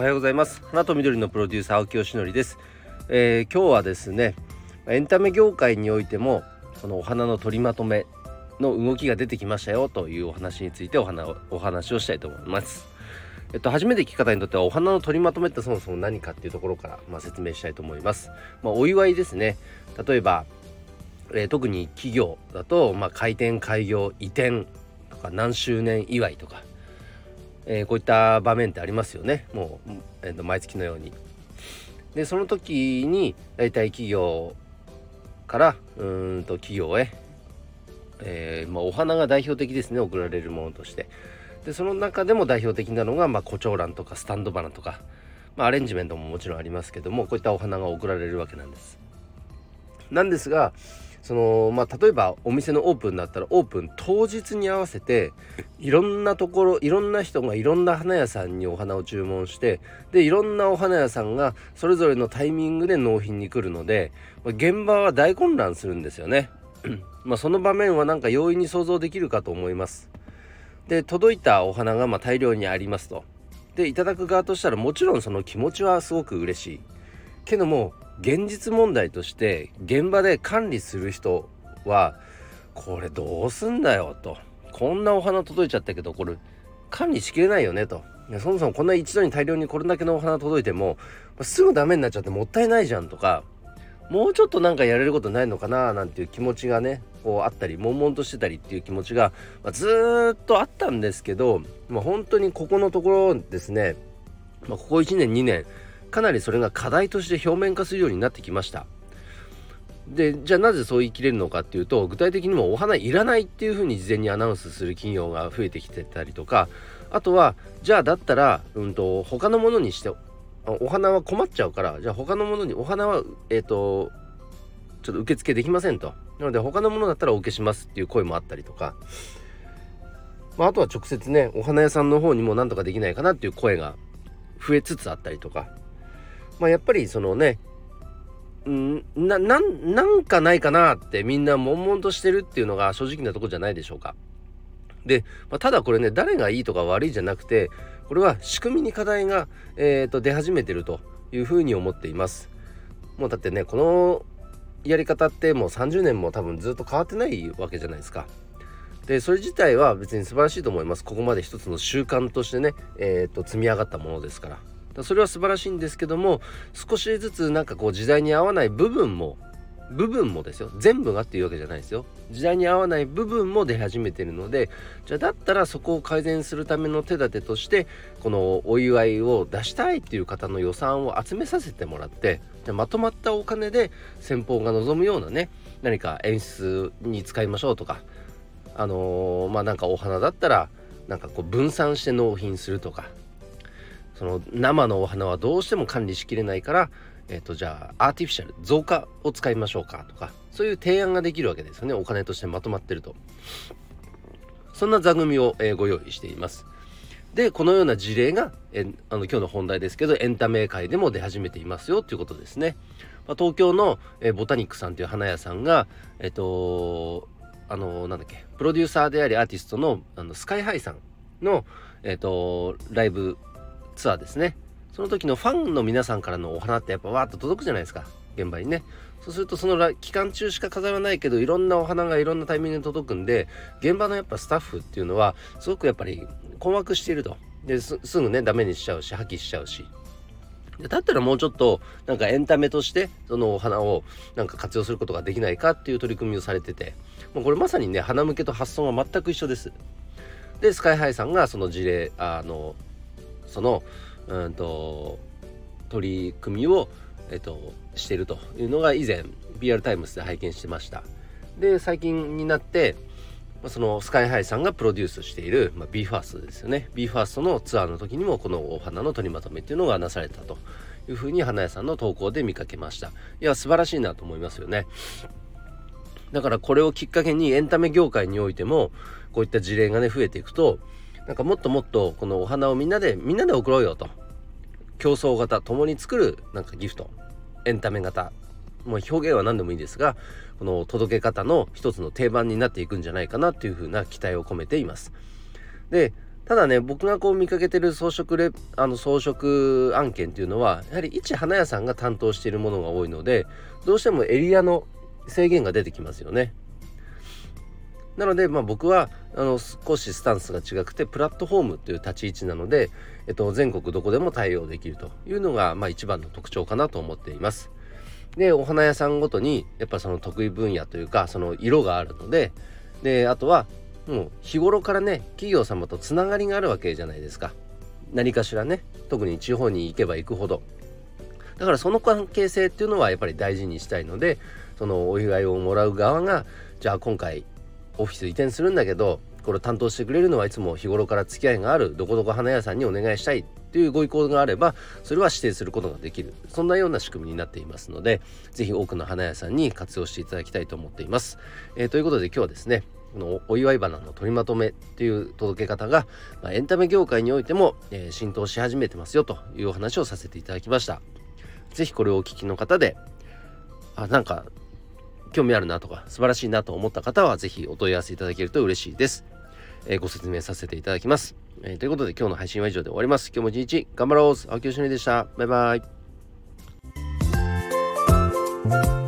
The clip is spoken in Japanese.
おはようございます。花と緑のプロデューサー青木よしのりです。今日はですね、エンタメ業界においてもこのお花の取りまとめの動きが出てきましたよというお話についてお話をしたいと思います。初めて聞く方にとってはお花の取りまとめってそもそも何かっていうところから、説明したいと思います。お祝いですね。例えば、特に企業だと、開店開業移転とか何周年祝いとか、こういった場面ってありますよね。もう、毎月のように。でその時にだいたい企業から企業へ、お花が代表的ですね、贈られるものとして。でその中でも代表的なのが、胡蝶蘭とかスタンド花とか、アレンジメントももちろんありますけども、こういったお花が贈られるわけなんですが、例えばお店のオープンだったらオープン当日に合わせていろんなところ、いろんな人がいろんな花屋さんにお花を注文して、でいろんなお花屋さんがそれぞれのタイミングで納品に来るので、現場は大混乱するんですよね。その場面はなんか容易に想像できるかと思います。で届いたお花が大量にありますと。でいただく側としたらもちろんその気持ちはすごく嬉しいけども、現実問題として現場で管理する人はこれどうすんだよと、こんなお花届いちゃったけどこれ管理しきれないよねと、そもそもこんな一度に大量にこれだけのお花届いてもすぐダメになっちゃってもったいないじゃんとか、もうちょっとなんかやれることないのかななんていう気持ちがね、こうあったり悶々としてたりっていう気持ちが、ずっとあったんですけど、本当にここのところですね、ここ1年2年かなりそれが課題として表面化するようになってきました。でじゃあなぜそう言い切れるのかっていうと、具体的にもお花いらないっていうふうに事前にアナウンスする企業が増えてきてたりとか、あとはじゃあだったら他のものにして、お花は困っちゃうから、じゃあ他のものにお花はちょっと受付できませんと、なので他のものだったらお受けしますっていう声もあったりとか、あとは直接ねお花屋さんの方にもなんとかできないかなっていう声が増えつつあったりとか、やっぱりそのね、なんかないかなってみんな悶々としてるっていうのが正直なところじゃないでしょうか。で、ただこれね、誰がいいとか悪いじゃなくて、これは仕組みに課題が、出始めてるというふうに思っています。もうだってね、このやり方ってもう30年も多分ずっと変わってないわけじゃないですか。でそれ自体は別に素晴らしいと思います。ここまで一つの習慣としてね、積み上がったものですから。それは素晴らしいんですけども、少しずつなんかこう時代に合わない部分もですよ、全部がっていうわけじゃないですよ、時代に合わない部分も出始めているので、じゃあだったらそこを改善するための手立てとして、このお祝いを出したいっていう方の予算を集めさせてもらって、じゃあまとまったお金で先方が望むようなね、何か演出に使いましょうとか、なんかお花だったらなんかこう分散して納品するとか、その生のお花はどうしても管理しきれないから、じゃあアーティフィシャル造花を使いましょうかとか、そういう提案ができるわけですよね。お金としてまとまってると。そんな座組を、ご用意しています。でこのような事例が今日の本題ですけど、エンタメ界でも出始めていますよということですね。東京の、ボタニックさんという花屋さんがプロデューサーでありアーティストのスカイハイさんのライブツアーですね。その時のファンの皆さんからのお花ってやっぱわーっと届くじゃないですか、現場にね。そうするとその期間中しか飾らないけど、いろんなお花がいろんなタイミングで届くんで、現場のやっぱスタッフっていうのはすごくやっぱり困惑していると。ですぐねダメにしちゃうし破棄しちゃうし、だったらもうちょっとなんかエンタメとしてそのお花をなんか活用することができないかっていう取り組みをされてて、もうこれまさにね花向けと発想が全く一緒です。でスカイハイさんがその事例取り組みを、しているというのが以前 BR タイムズで拝見してました。で最近になってそのスカイハイさんがプロデュースしている、BE:FIRST ですよね。 BE:FIRST のツアーの時にもこのお花の取りまとめっていうのがなされたというふうに花屋さんの投稿で見かけました。いや素晴らしいなと思いますよね。だからこれをきっかけにエンタメ業界においてもこういった事例がね増えていくと、なんかもっともっとこのお花をみんなで送ろうよと、競争型共に作るなんかギフト、エンタメ型、もう表現は何でもいいですが、この届け方の一つの定番になっていくんじゃないかなというふうな期待を込めています。でただね、僕が見かけてる装飾案件っていうのはやはり一花屋さんが担当しているものが多いので、どうしてもエリアの制限が出てきますよね。なので僕は少しスタンスが違くてプラットフォームという立ち位置なので、全国どこでも対応できるというのが一番の特徴かなと思っています。で、お花屋さんごとにやっぱその得意分野というかその色があるので、あとはもう日頃からね、企業様とつながりがあるわけじゃないですか。何かしらね、特に地方に行けば行くほど。だからその関係性っていうのはやっぱり大事にしたいので、そのお祝いをもらう側が、じゃあ今回オフィス移転するんだけど、これ担当してくれるのはいつも日頃から付き合いがあるどこどこ花屋さんにお願いしたいっていうご意向があれば、それは指定することができる、そんなような仕組みになっていますので、ぜひ多くの花屋さんに活用していただきたいと思っています。ということで今日はですね、このお祝い花の取りまとめっていう届け方が、エンタメ業界においても、浸透し始めてますよというお話をさせていただきました。ぜひこれをお聞きの方で、なんか興味あるなとか素晴らしいなと思った方はぜひお問い合わせいただけると嬉しいです。ご説明させていただきます。ということで今日の配信は以上で終わります。今日も一日頑張ろう。青木よしのりでした。バイバイ。